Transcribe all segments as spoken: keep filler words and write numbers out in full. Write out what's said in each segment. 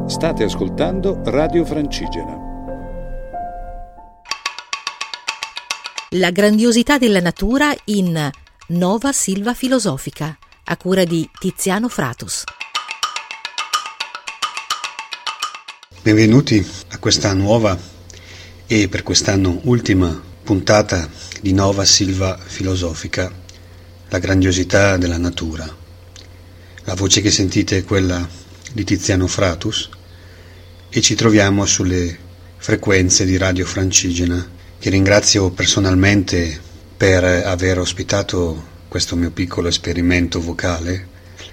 State ascoltando Radio Francigena. La grandiosità della natura in Nova Silva Filosofica, a cura di Tiziano Fratus. Benvenuti a questa nuova e per quest'anno ultima puntata di Nova Silva Filosofica, la grandiosità della natura. La voce che sentite è quella di Tiziano Fratus e ci troviamo sulle frequenze di Radio Francigena, che ringrazio personalmente per aver ospitato questo mio piccolo esperimento vocale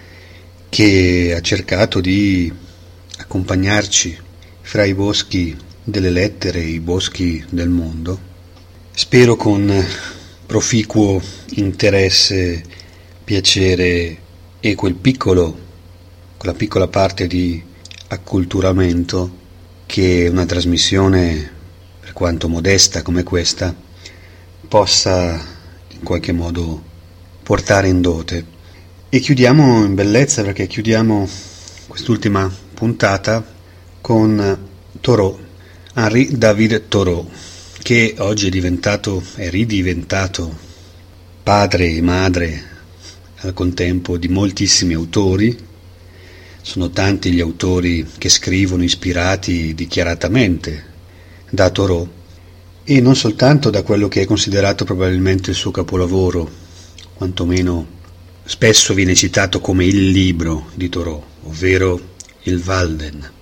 che ha cercato di accompagnarci fra i boschi delle lettere e i boschi del mondo. Spero con proficuo interesse, piacere e quel piccolo quella piccola parte di acculturamento che una trasmissione, per quanto modesta come questa, possa in qualche modo portare in dote. E chiudiamo in bellezza, perché chiudiamo quest'ultima puntata con Thoreau, Henri David Thoreau, che oggi è diventato, è ridiventato padre e madre al contempo di moltissimi autori. Sono tanti gli autori che scrivono ispirati dichiaratamente da Thoreau, e non soltanto da quello che è considerato probabilmente il suo capolavoro, quantomeno spesso viene citato come il libro di Thoreau, ovvero il Walden,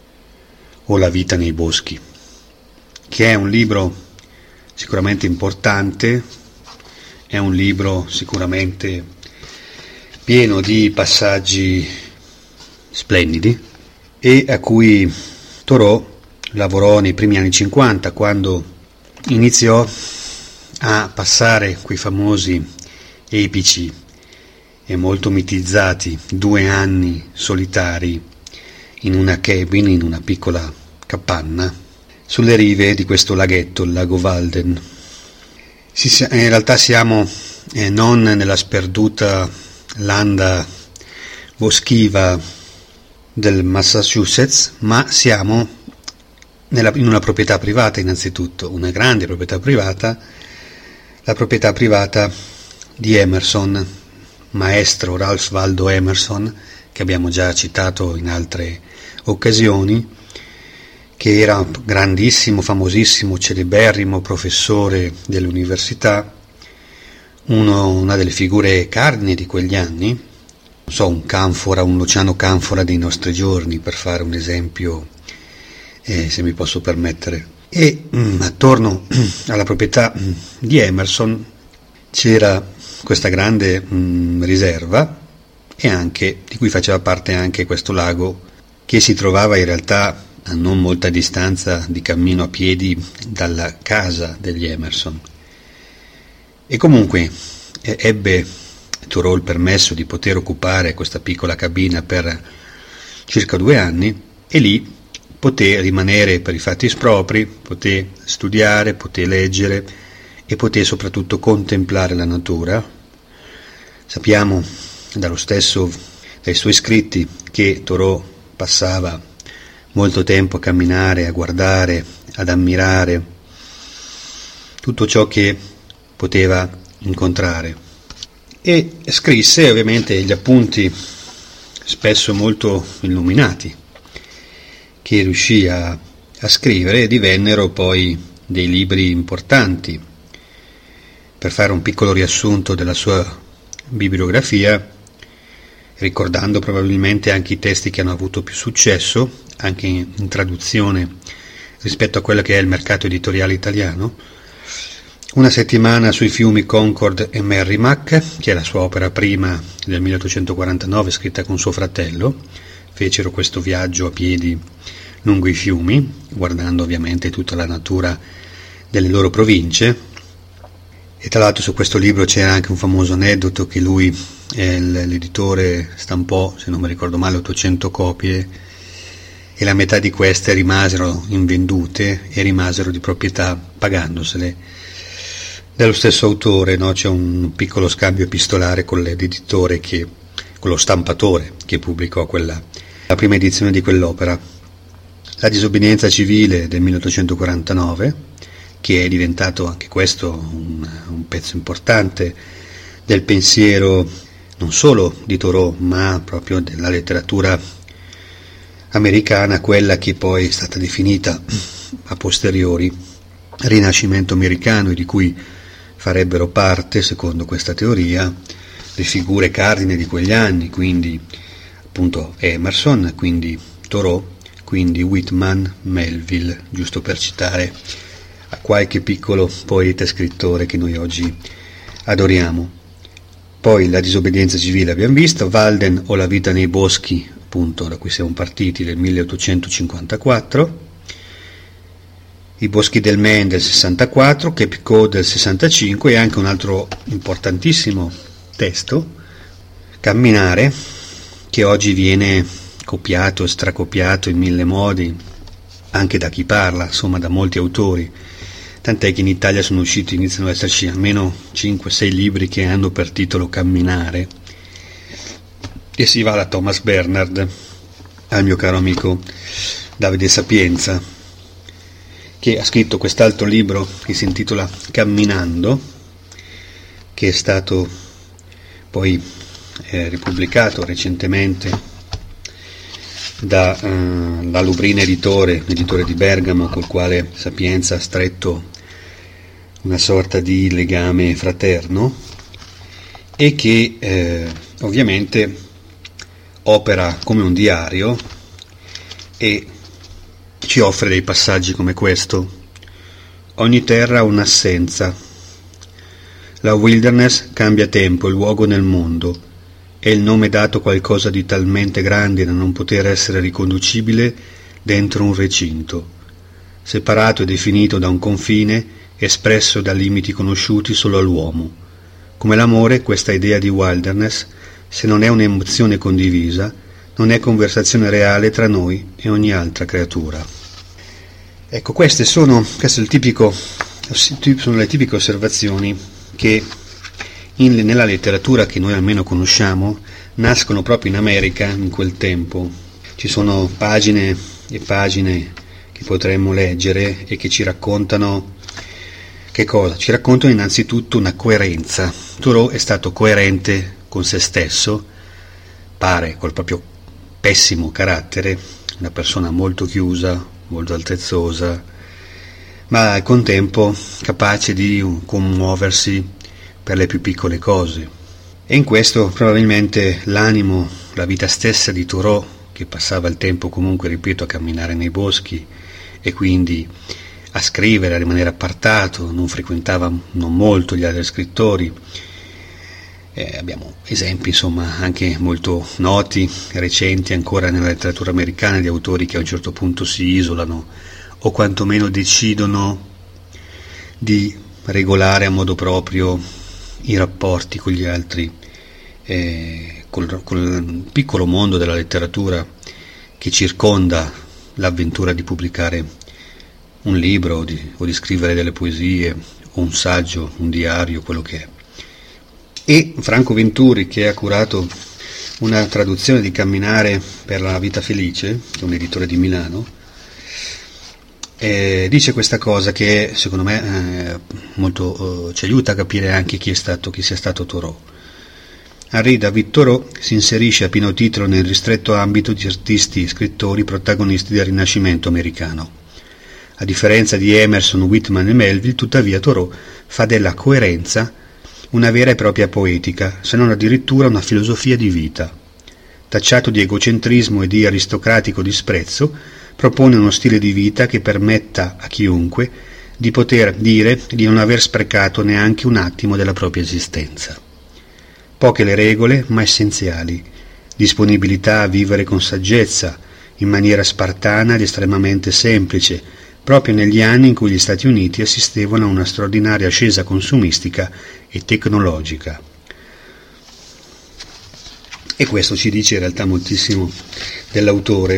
o La vita nei boschi, che è un libro sicuramente importante, è un libro sicuramente pieno di passaggi splendidi e a cui Thoreau lavorò nei primi anni cinquanta, quando iniziò a passare quei famosi epici e molto mitizzati due anni solitari in una cabin, in una piccola capanna sulle rive di questo laghetto, il lago Walden. In realtà siamo eh, non nella sperduta landa boschiva del Massachusetts, ma siamo nella, in una proprietà privata innanzitutto, una grande proprietà privata, la proprietà privata di Emerson, maestro Ralph Waldo Emerson, che abbiamo già citato in altre occasioni, che era un grandissimo, famosissimo, celeberrimo professore dell'università, uno, una delle figure cardine di quegli anni, non so, un Canfora, un Luciano Canfora dei nostri giorni, per fare un esempio, eh, se mi posso permettere. E mh, attorno alla proprietà mh, di Emerson c'era questa grande mh, riserva, e anche di cui faceva parte anche questo lago, che si trovava in realtà a non molta distanza di cammino a piedi dalla casa degli Emerson. E comunque eh, ebbe Thoreau il permesso di poter occupare questa piccola cabina per circa due anni, e lì poté rimanere per i fatti propri, poté studiare, poté leggere e poté soprattutto contemplare la natura. Sappiamo dallo stesso, dai suoi scritti, che Thoreau passava molto tempo a camminare, a guardare, ad ammirare tutto ciò che poteva incontrare. E scrisse ovviamente gli appunti, spesso molto illuminati, che riuscì a, a scrivere, e divennero poi dei libri importanti. Per fare un piccolo riassunto della sua bibliografia, ricordando probabilmente anche i testi che hanno avuto più successo, anche in, in traduzione rispetto a quello che è il mercato editoriale italiano, Una settimana sui fiumi Concord e Merrimack, che è la sua opera prima del milleottocentoquarantanove, scritta con suo fratello. Fecero questo viaggio a piedi lungo i fiumi, guardando ovviamente tutta la natura delle loro province. E tra l'altro su questo libro c'era anche un famoso aneddoto, che lui, eh, l'editore, stampò, se non mi ricordo male, ottocento copie, e la metà di queste rimasero invendute e rimasero di proprietà pagandosele dello stesso autore, no? C'è un piccolo scambio epistolare con l'editore, che, con lo stampatore che pubblicò quella, la prima edizione di quell'opera. La disobbedienza civile del milleottocentoquarantanove, che è diventato anche questo un, un pezzo importante del pensiero non solo di Thoreau, ma proprio della letteratura americana, quella che poi è stata definita a posteriori Rinascimento americano, e di cui farebbero parte, secondo questa teoria, le figure cardine di quegli anni, quindi appunto Emerson, quindi Thoreau, quindi Whitman, Melville, giusto per citare a qualche piccolo poeta e scrittore che noi oggi adoriamo. Poi la disobbedienza civile abbiamo visto, Walden o la vita nei boschi, appunto da cui siamo partiti, del milleottocentocinquantaquattro, I boschi del Maine del sessantaquattro, Cape Cod del sessantacinque, e anche un altro importantissimo testo, Camminare, che oggi viene copiato e stracopiato in mille modi anche da chi parla, insomma da molti autori, tant'è che in Italia sono usciti, iniziano ad esserci almeno cinque sei libri che hanno per titolo Camminare, e si va da Thomas Bernhard al mio caro amico Davide Sapienza, che ha scritto quest'altro libro che si intitola Camminando, che è stato poi eh, ripubblicato recentemente da, eh, da Lubrina Editore, editore di Bergamo, col quale Sapienza ha stretto una sorta di legame fraterno, e che eh, ovviamente opera come un diario e ci offre dei passaggi come questo: ogni terra ha un'assenza, la wilderness cambia tempo e luogo nel mondo, è il nome dato qualcosa di talmente grande da non poter essere riconducibile dentro un recinto, separato e definito da un confine, espresso da limiti conosciuti solo all'uomo. Come l'amore, questa idea di wilderness, se non è un'emozione condivisa, non è conversazione reale tra noi e ogni altra creatura. Ecco, queste sono, questo è il tipico, sono le tipiche osservazioni che in, nella letteratura che noi almeno conosciamo nascono proprio in America in quel tempo. Ci sono pagine e pagine che potremmo leggere e che ci raccontano che cosa? Ci raccontano innanzitutto una coerenza. Thoreau è stato coerente con se stesso, pare col proprio pessimo carattere, una persona molto chiusa, molto altezzosa, ma al contempo capace di commuoversi per le più piccole cose. E in questo probabilmente l'animo, la vita stessa di Thoreau, che passava il tempo comunque, ripeto, a camminare nei boschi e quindi a scrivere, a rimanere appartato, non frequentava non molto gli altri scrittori. Eh, abbiamo esempi insomma anche molto noti, recenti ancora nella letteratura americana, di autori che a un certo punto si isolano o quantomeno decidono di regolare a modo proprio i rapporti con gli altri, eh, col, col piccolo mondo della letteratura che circonda l'avventura di pubblicare un libro o di, o di scrivere delle poesie o un saggio, un diario, quello che è. E Franco Venturi, che ha curato una traduzione di Camminare per la vita felice, che è un editore di Milano, eh, dice questa cosa che secondo me eh, molto eh, ci aiuta a capire anche chi è stato, chi sia stato Thoreau. Henri David Thoreau si inserisce a pieno titolo nel ristretto ambito di artisti e scrittori protagonisti del Rinascimento americano. A differenza di Emerson, Whitman e Melville, tuttavia Thoreau fa della coerenza una vera e propria poetica, se non addirittura una filosofia di vita. Tacciato di egocentrismo e di aristocratico disprezzo, propone uno stile di vita che permetta a chiunque di poter dire di non aver sprecato neanche un attimo della propria esistenza. Poche le regole, ma essenziali. Disponibilità a vivere con saggezza, in maniera spartana ed estremamente semplice, proprio negli anni in cui gli Stati Uniti assistevano a una straordinaria ascesa consumistica e tecnologica. E questo ci dice in realtà moltissimo dell'autore.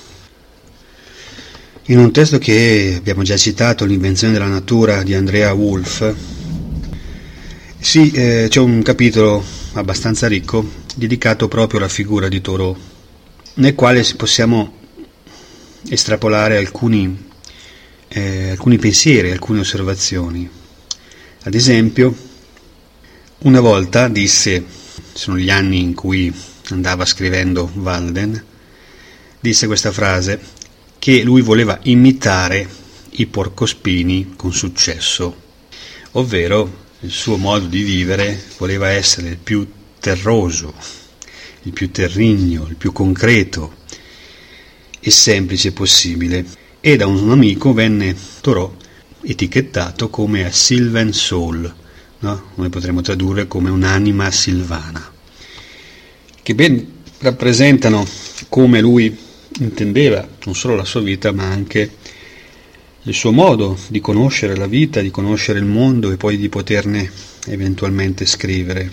In un testo che abbiamo già citato, L'invenzione della natura di Andrea Wolff, sì, eh, c'è un capitolo abbastanza ricco dedicato proprio alla figura di Thoreau, nel quale possiamo estrapolare alcuni, eh, alcuni pensieri, alcune osservazioni. Ad esempio, una volta disse, sono gli anni in cui andava scrivendo Walden, disse questa frase, che lui voleva imitare i porcospini con successo, ovvero il suo modo di vivere voleva essere il più terroso, il più terrigno, il più concreto e semplice possibile, e da un amico venne Thoreau etichettato come a Sylvan Soul, no? Noi potremmo tradurre come un'anima silvana, che ben rappresentano come lui intendeva non solo la sua vita ma anche il suo modo di conoscere la vita, di conoscere il mondo e poi di poterne eventualmente scrivere.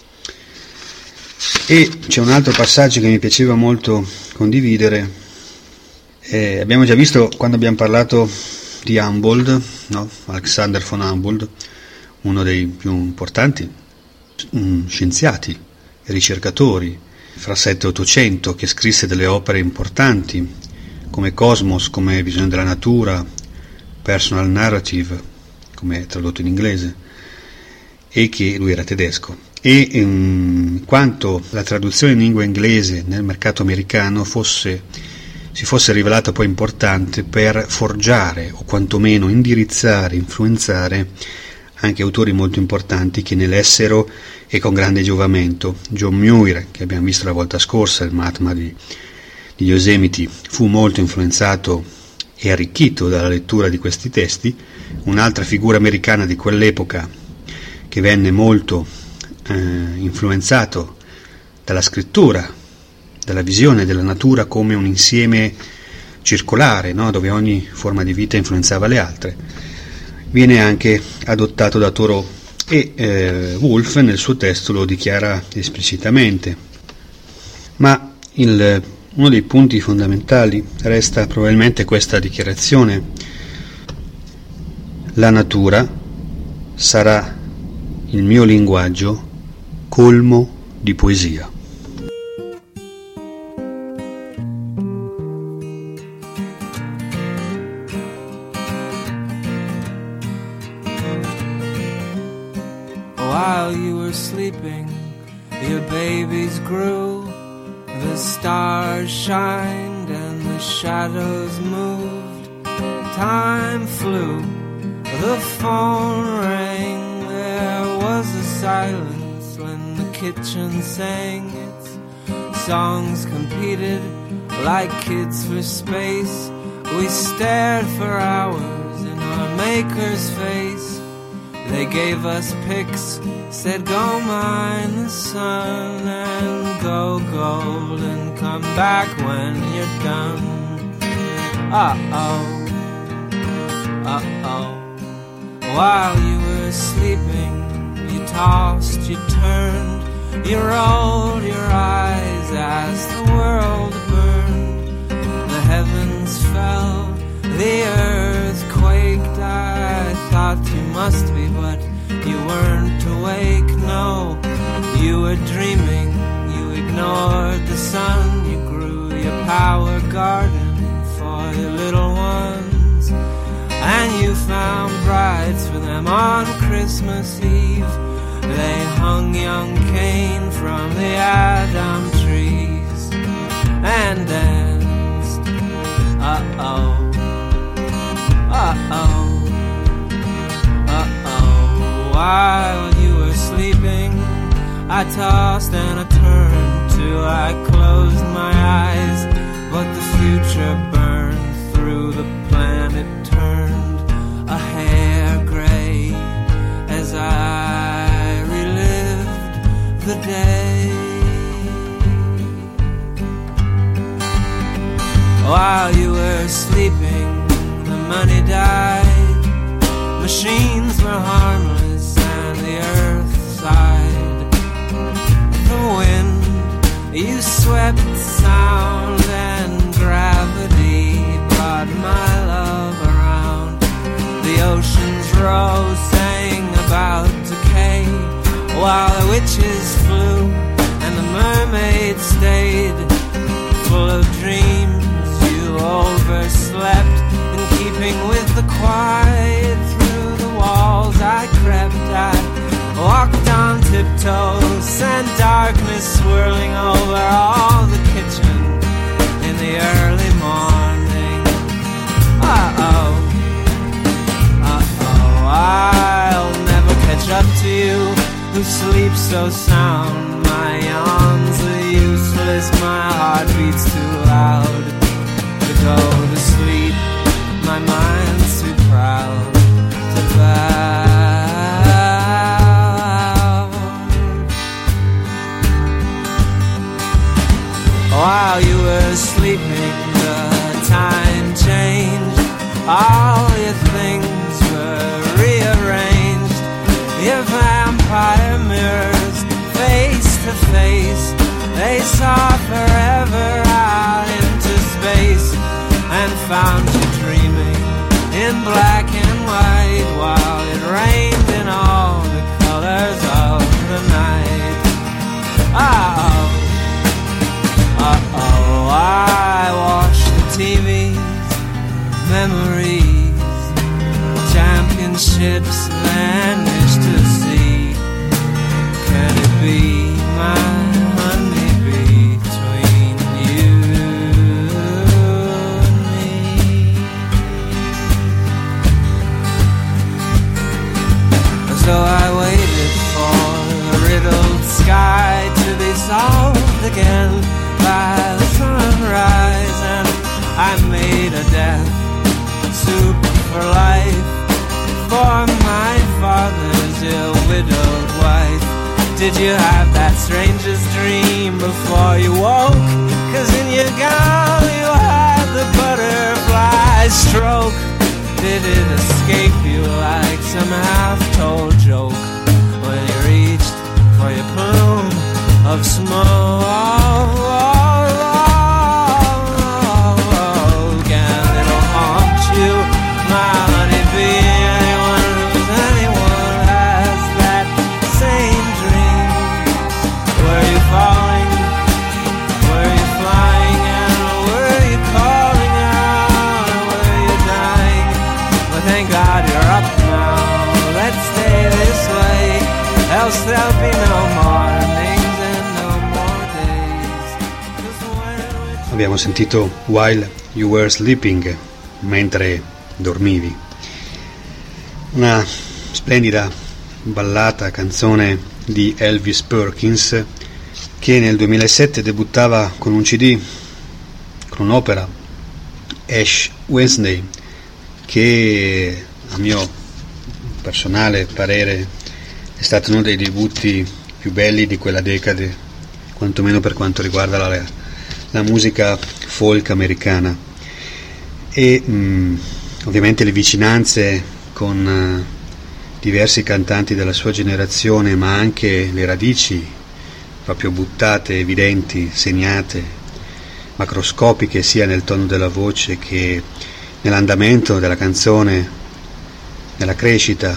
E c'è un altro passaggio che mi piaceva molto condividere. Eh, abbiamo già visto quando abbiamo parlato di Humboldt, no? Alexander von Humboldt, uno dei più importanti um, scienziati e ricercatori fra sette e ottocento, che scrisse delle opere importanti come Cosmos, come Visione della natura, Personal Narrative, come è tradotto in inglese, e che lui era tedesco. E in quanto la traduzione in lingua inglese nel mercato americano fosse, si fosse rivelata poi importante per forgiare o quantomeno indirizzare, influenzare anche autori molto importanti che ne lessero e con grande giovamento. John Muir, che abbiamo visto la volta scorsa, il Mahatma di, di Yosemite, fu molto influenzato e arricchito dalla lettura di questi testi. Un'altra figura americana di quell'epoca che venne molto eh, influenzato dalla scrittura, dalla visione della natura come un insieme circolare, no? Dove ogni forma di vita influenzava le altre, viene anche adottato da Thoreau, e eh, Woolf nel suo testo lo dichiara esplicitamente. Ma il, uno dei punti fondamentali resta probabilmente questa dichiarazione: la natura sarà il mio linguaggio colmo di poesia. While you were sleeping, your babies grew, the stars shined and the shadows moved. Time flew, the phone rang, there was a silence when the kitchen sang its songs, competed like kids for space. We stared for hours in our maker's face. They gave us picks, said go mine the sun and go gold and come back when you're done. Uh-oh, uh-oh. While you were sleeping, you tossed, you turned, you rolled your eyes as the world burned. The heavens fell, the earth quaked. I thought you must be, but you weren't awake, no. You were dreaming, you ignored the sun. You grew your power garden for your little ones, and you found brides for them on Christmas Eve. They hung young Cain from the Adam trees and danced. Uh-oh, uh-oh, uh-oh. While you were sleeping, I tossed and I turned till I closed my eyes, but the future burned through the planet, turned a hair gray as I relived the day. While you were sleeping, the money died, machines were harmless and the earth sighed. The wind, you swept sound and gravity brought my love around. The oceans rose, sang about decay, while the witches flew and the mermaids stayed. Full of dreams, you over never slept. In keeping with the quiet, through the walls I crept. I walked on tiptoes and darkness swirling over all the kitchen in the early morning. Uh-oh, uh-oh, I'll never catch up to you who sleep so sound. My yawns are useless, my heart beats too loud to go to sleep. My mind's too proud to bow. While you were sleeping, the time changed. All your things were rearranged. Your vampire mirrors, face to face, they saw forever out into space, and found you dreaming in black and white, while it rained in all the colors of the night. Uh-oh, uh-oh, I watch the T V's, memories, championships vanish to sea. Can it be my honeybee between you and me? So I waited for the riddled sky to be solved again by the sunrise, and I made a death soup for life for my father's ill-widowed wife. Did you have that strangest dream before you woke? 'Cause in your gown you had the butterfly stroke. Did it escape you like some half-told joke when you reached for your plume of smoke? And it'll haunt you, my honeybee. Anyone who's anyone has that same dream. Were you falling? Were you flying? And were you calling out? Or were you dying? Well, thank God you're up now. Let's stay this way, else there'll be no mornings and no more days. 'Cause when Abbiamo sentito While You Were Sleeping, mentre dormivi. Una splendida ballata, canzone di Elvis Perkins, che nel duemilasette debuttava con un C D, con un'opera, Ash Wednesday, che a mio personale parere è stato uno dei debutti più belli di quella decade, quantomeno per quanto riguarda la, la musica folk americana. E mh, ovviamente le vicinanze con uh, diversi cantanti della sua generazione, ma anche le radici proprio buttate, evidenti, segnate, macroscopiche, sia nel tono della voce che nell'andamento della canzone, nella crescita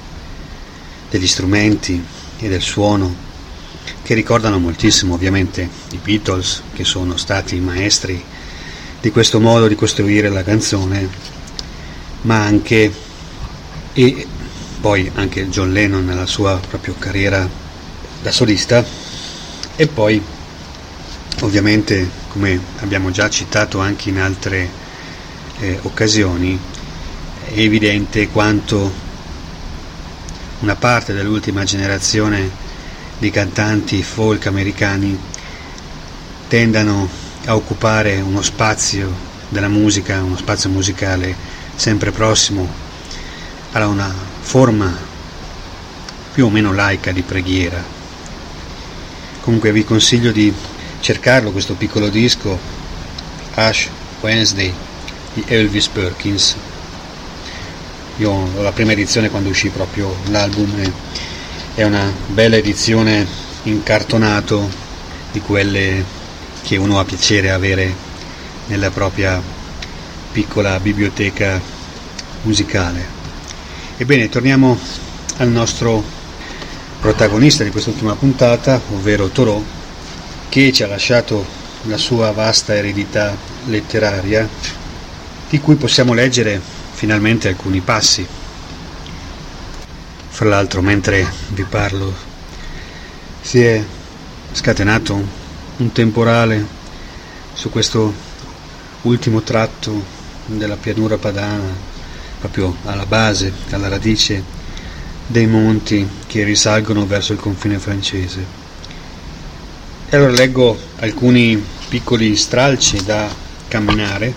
degli strumenti e del suono, che ricordano moltissimo ovviamente i Beatles, che sono stati i maestri di questo modo di costruire la canzone, ma anche e poi anche John Lennon nella sua proprio carriera da solista. E poi ovviamente, come abbiamo già citato anche in altre eh, occasioni, è evidente quanto una parte dell'ultima generazione di cantanti folk americani tendano a occupare uno spazio della musica, uno spazio musicale sempre prossimo a una forma più o meno laica di preghiera. Comunque vi consiglio di cercarlo, questo piccolo disco, Ash Wednesday di Elvis Perkins. Io ho la prima edizione quando uscì proprio l'album, è una bella edizione in cartonato, di quelle che uno ha piacere avere nella propria piccola biblioteca musicale. Ebbene, torniamo al nostro protagonista di quest'ultima puntata, ovvero Thoreau, che ci ha lasciato la sua vasta eredità letteraria, di cui possiamo leggere finalmente alcuni passi. Fra l'altro, mentre vi parlo, si è scatenato un temporale su questo ultimo tratto della pianura padana, proprio alla base, alla radice dei monti che risalgono verso il confine francese. E allora leggo alcuni piccoli stralci da camminare.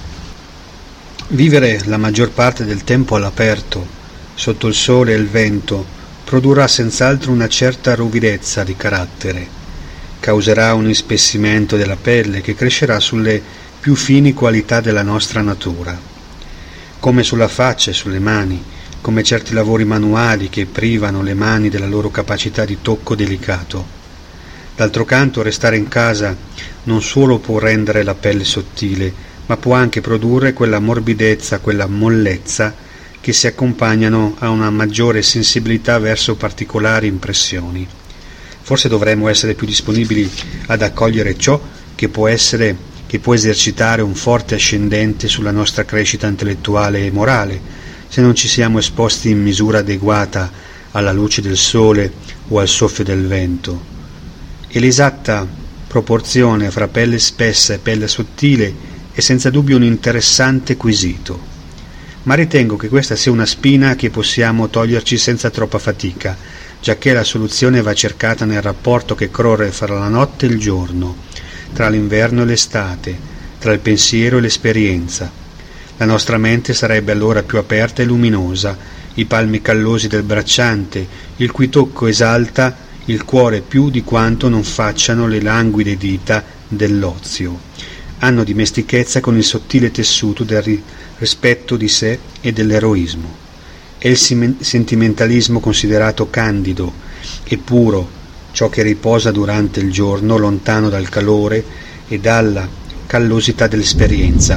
Vivere la maggior parte del tempo all'aperto, sotto il sole e il vento, produrrà senz'altro una certa ruvidezza di carattere, causerà un ispessimento della pelle che crescerà sulle più fini qualità della nostra natura, come sulla faccia e sulle mani, come certi lavori manuali che privano le mani della loro capacità di tocco delicato. D'altro canto, restare in casa non solo può rendere la pelle sottile, ma può anche produrre quella morbidezza, quella mollezza che si accompagnano a una maggiore sensibilità verso particolari impressioni. Forse dovremmo essere più disponibili ad accogliere ciò che può essere, che può esercitare un forte ascendente sulla nostra crescita intellettuale e morale, se non ci siamo esposti in misura adeguata alla luce del sole o al soffio del vento. E l'esatta proporzione fra pelle spessa e pelle sottile è senza dubbio un interessante quesito, ma ritengo che questa sia una spina che possiamo toglierci senza troppa fatica, giacché la soluzione va cercata nel rapporto che corre fra la notte e il giorno, tra l'inverno e l'estate, tra il pensiero e l'esperienza. La nostra mente sarebbe allora più aperta e luminosa, i palmi callosi del bracciante, il cui tocco esalta il cuore più di quanto non facciano le languide dita dell'ozio. Hanno dimestichezza con il sottile tessuto del rispetto di sé e dell'eroismo. È il sentimentalismo considerato candido e puro, ciò che riposa durante il giorno lontano dal calore e dalla callosità dell'esperienza.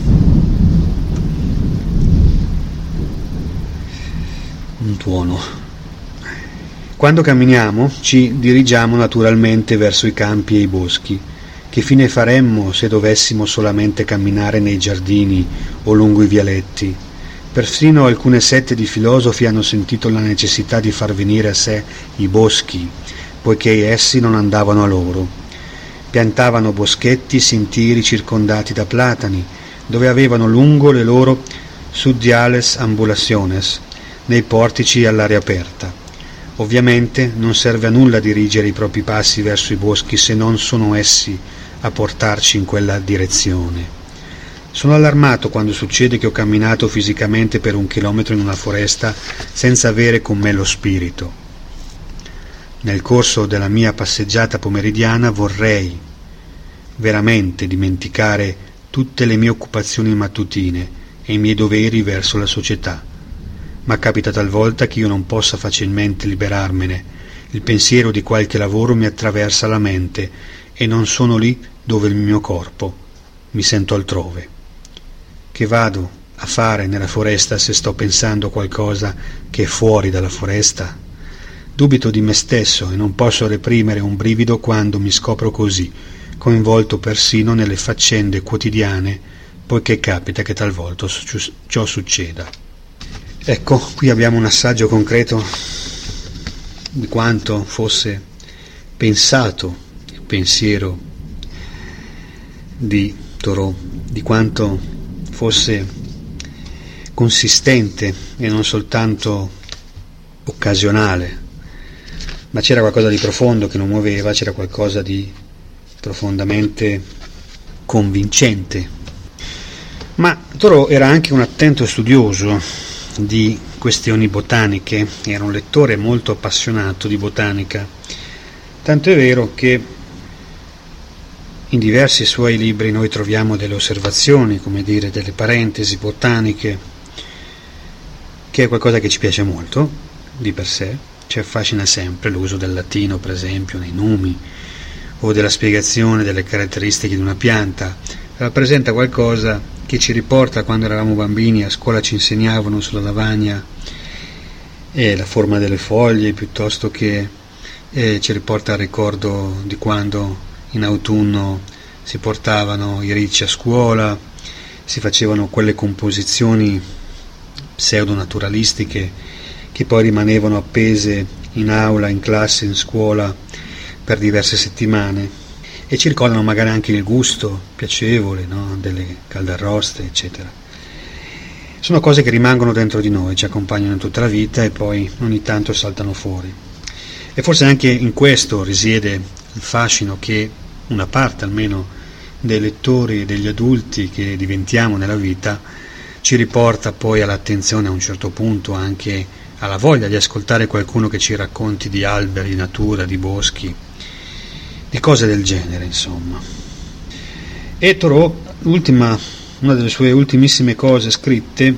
Un tuono. Quando camminiamo ci dirigiamo naturalmente verso i campi e i boschi. Che fine faremmo se dovessimo solamente camminare nei giardini o lungo i vialetti? Persino alcune sette di filosofi hanno sentito la necessità di far venire a sé i boschi, poiché essi non andavano a loro. Piantavano boschetti sentieri circondati da platani, dove avevano lungo le loro sudiales ambulaciones, nei portici all'aria aperta. Ovviamente non serve a nulla dirigere i propri passi verso i boschi se non sono essi a portarci in quella direzione. Sono allarmato quando succede che ho camminato fisicamente per un chilometro in una foresta senza avere con me lo spirito. Nel corso della mia passeggiata pomeridiana vorrei veramente dimenticare tutte le mie occupazioni mattutine e i miei doveri verso la società, ma capita talvolta che io non possa facilmente liberarmene. Il pensiero di qualche lavoro mi attraversa la mente e non sono lì dove il mio corpo, mi sento altrove. Che vado a fare nella foresta se sto pensando a qualcosa che è fuori dalla foresta? Dubito di me stesso e non posso reprimere un brivido quando mi scopro così, coinvolto persino nelle faccende quotidiane, poiché capita che talvolta ciò succeda. Ecco, qui abbiamo un assaggio concreto di quanto fosse pensato il pensiero di Thoreau, di quanto fosse consistente e non soltanto occasionale, ma c'era qualcosa di profondo che lo muoveva, c'era qualcosa di profondamente convincente. Ma Thoreau era anche un attento studioso di questioni botaniche, era un lettore molto appassionato di botanica, tanto è vero che in diversi suoi libri noi troviamo delle osservazioni, come dire, delle parentesi botaniche, che è qualcosa che ci piace molto di per sé, ci affascina sempre l'uso del latino, per esempio, nei numi, o della spiegazione delle caratteristiche di una pianta, rappresenta qualcosa che ci riporta quando eravamo bambini, a scuola ci insegnavano sulla lavagna e la forma delle foglie, piuttosto che eh, ci riporta al ricordo di quando in autunno si portavano i ricci a scuola, si facevano quelle composizioni pseudonaturalistiche che poi rimanevano appese in aula, in classe, in scuola per diverse settimane e ci ricordano magari anche il gusto piacevole, no? Delle caldarroste, eccetera. Sono cose che rimangono dentro di noi, ci accompagnano tutta la vita e poi ogni tanto saltano fuori. E forse anche in questo risiede il fascino che una parte almeno dei lettori e degli adulti che diventiamo nella vita ci riporta poi all'attenzione a un certo punto, anche alla voglia di ascoltare qualcuno che ci racconti di alberi, di natura, di boschi, di cose del genere, insomma. E Thoreau, l'ultima, una delle sue ultimissime cose scritte,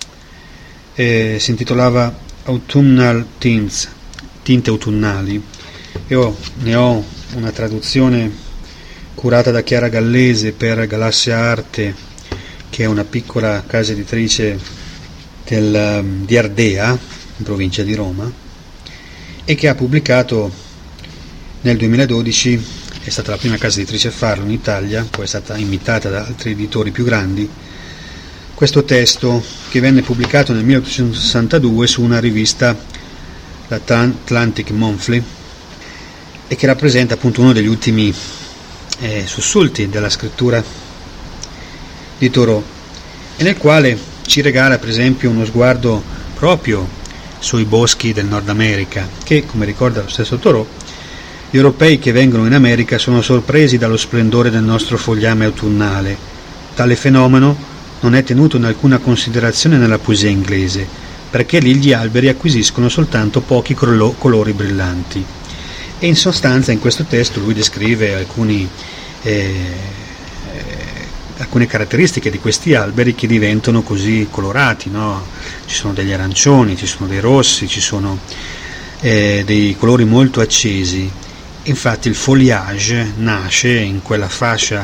eh, si intitolava Autumnal Tints, tinte autunnali. Io ne ho una traduzione curata da Chiara Gallese per Galassia Arte, che è una piccola casa editrice del, di Ardea, in provincia di Roma, e che ha pubblicato nel duemiladodici, è stata la prima casa editrice a farlo in Italia, poi è stata imitata da altri editori più grandi, questo testo che venne pubblicato nel milleottocentosessantadue su una rivista, l'Atlantic Monthly, e che rappresenta appunto uno degli ultimi eh, sussulti della scrittura di Thoreau, e nel quale ci regala per esempio uno sguardo proprio sui boschi del Nord America, che, come ricorda lo stesso Thoreau, gli europei che vengono in America sono sorpresi dallo splendore del nostro fogliame autunnale. Tale fenomeno non è tenuto in alcuna considerazione nella poesia inglese, perché lì gli alberi acquisiscono soltanto pochi colori brillanti. E in sostanza in questo testo lui descrive alcuni eh, alcune caratteristiche di questi alberi che diventano così colorati, no? Ci sono degli arancioni, ci sono dei rossi, ci sono eh, dei colori molto accesi. Infatti il foliage nasce in quella fascia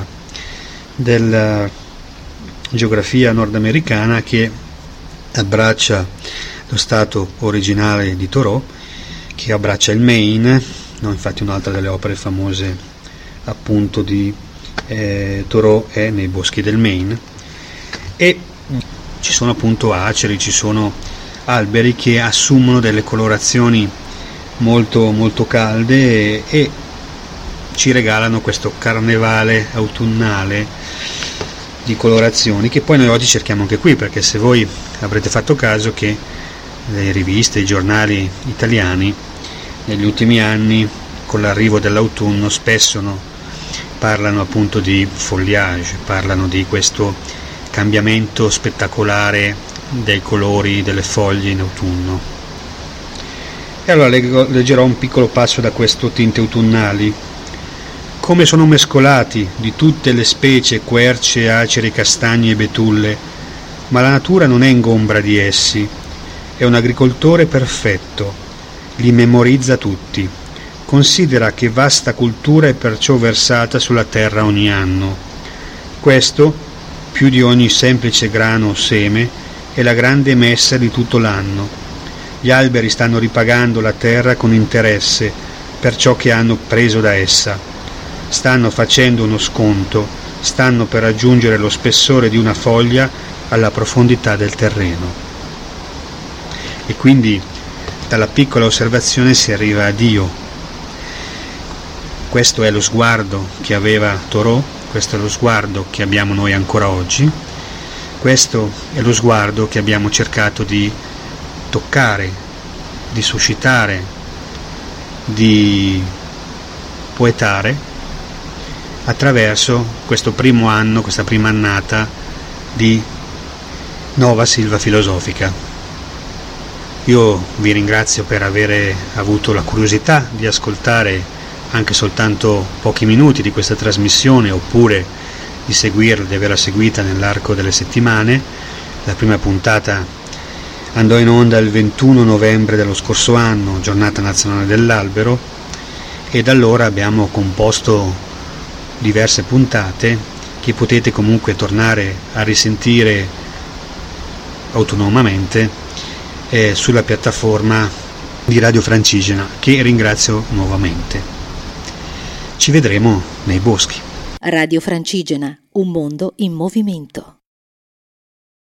della geografia nordamericana che abbraccia lo stato originale di Thoreau, che abbraccia il Maine, no? Infatti un'altra delle opere famose appunto di Eh, Thoreau è nei boschi del Maine, e ci sono appunto aceri, ci sono alberi che assumono delle colorazioni molto molto calde e, e ci regalano questo carnevale autunnale di colorazioni che poi noi oggi cerchiamo anche qui, perché se voi avrete fatto caso che le riviste, i giornali italiani negli ultimi anni con l'arrivo dell'autunno spesso no, parlano appunto di foliage, parlano di questo cambiamento spettacolare dei colori delle foglie in autunno. E allora leggo, leggerò un piccolo passo da questo Tinte autunnali. Come sono mescolati di tutte le specie querce, aceri, castagni e betulle, ma la natura non è ingombra di essi, è un agricoltore perfetto, li memorizza tutti. Considera che vasta cultura è perciò versata sulla terra ogni anno. Questo, più di ogni semplice grano o seme, è la grande messa di tutto l'anno. Gli alberi stanno ripagando la terra con interesse per ciò che hanno preso da essa. Stanno facendo uno sconto, stanno per raggiungere lo spessore di una foglia alla profondità del terreno. E quindi dalla piccola osservazione si arriva a Dio. Questo è lo sguardo che aveva Thoreau, questo è lo sguardo che abbiamo noi ancora oggi, questo è lo sguardo che abbiamo cercato di toccare, di suscitare, di poetare attraverso questo primo anno, questa prima annata di Nova Silva Filosofica. Io vi ringrazio per aver avuto la curiosità di ascoltare anche soltanto pochi minuti di questa trasmissione, oppure di seguirla, di averla seguita nell'arco delle settimane. La prima puntata andò in onda il ventuno novembre dello scorso anno, giornata nazionale dell'albero, e da allora abbiamo composto diverse puntate che potete comunque tornare a risentire autonomamente eh, sulla piattaforma di Radio Francigena, che ringrazio nuovamente. Ci vedremo nei boschi. Radio Francigena, un mondo in movimento.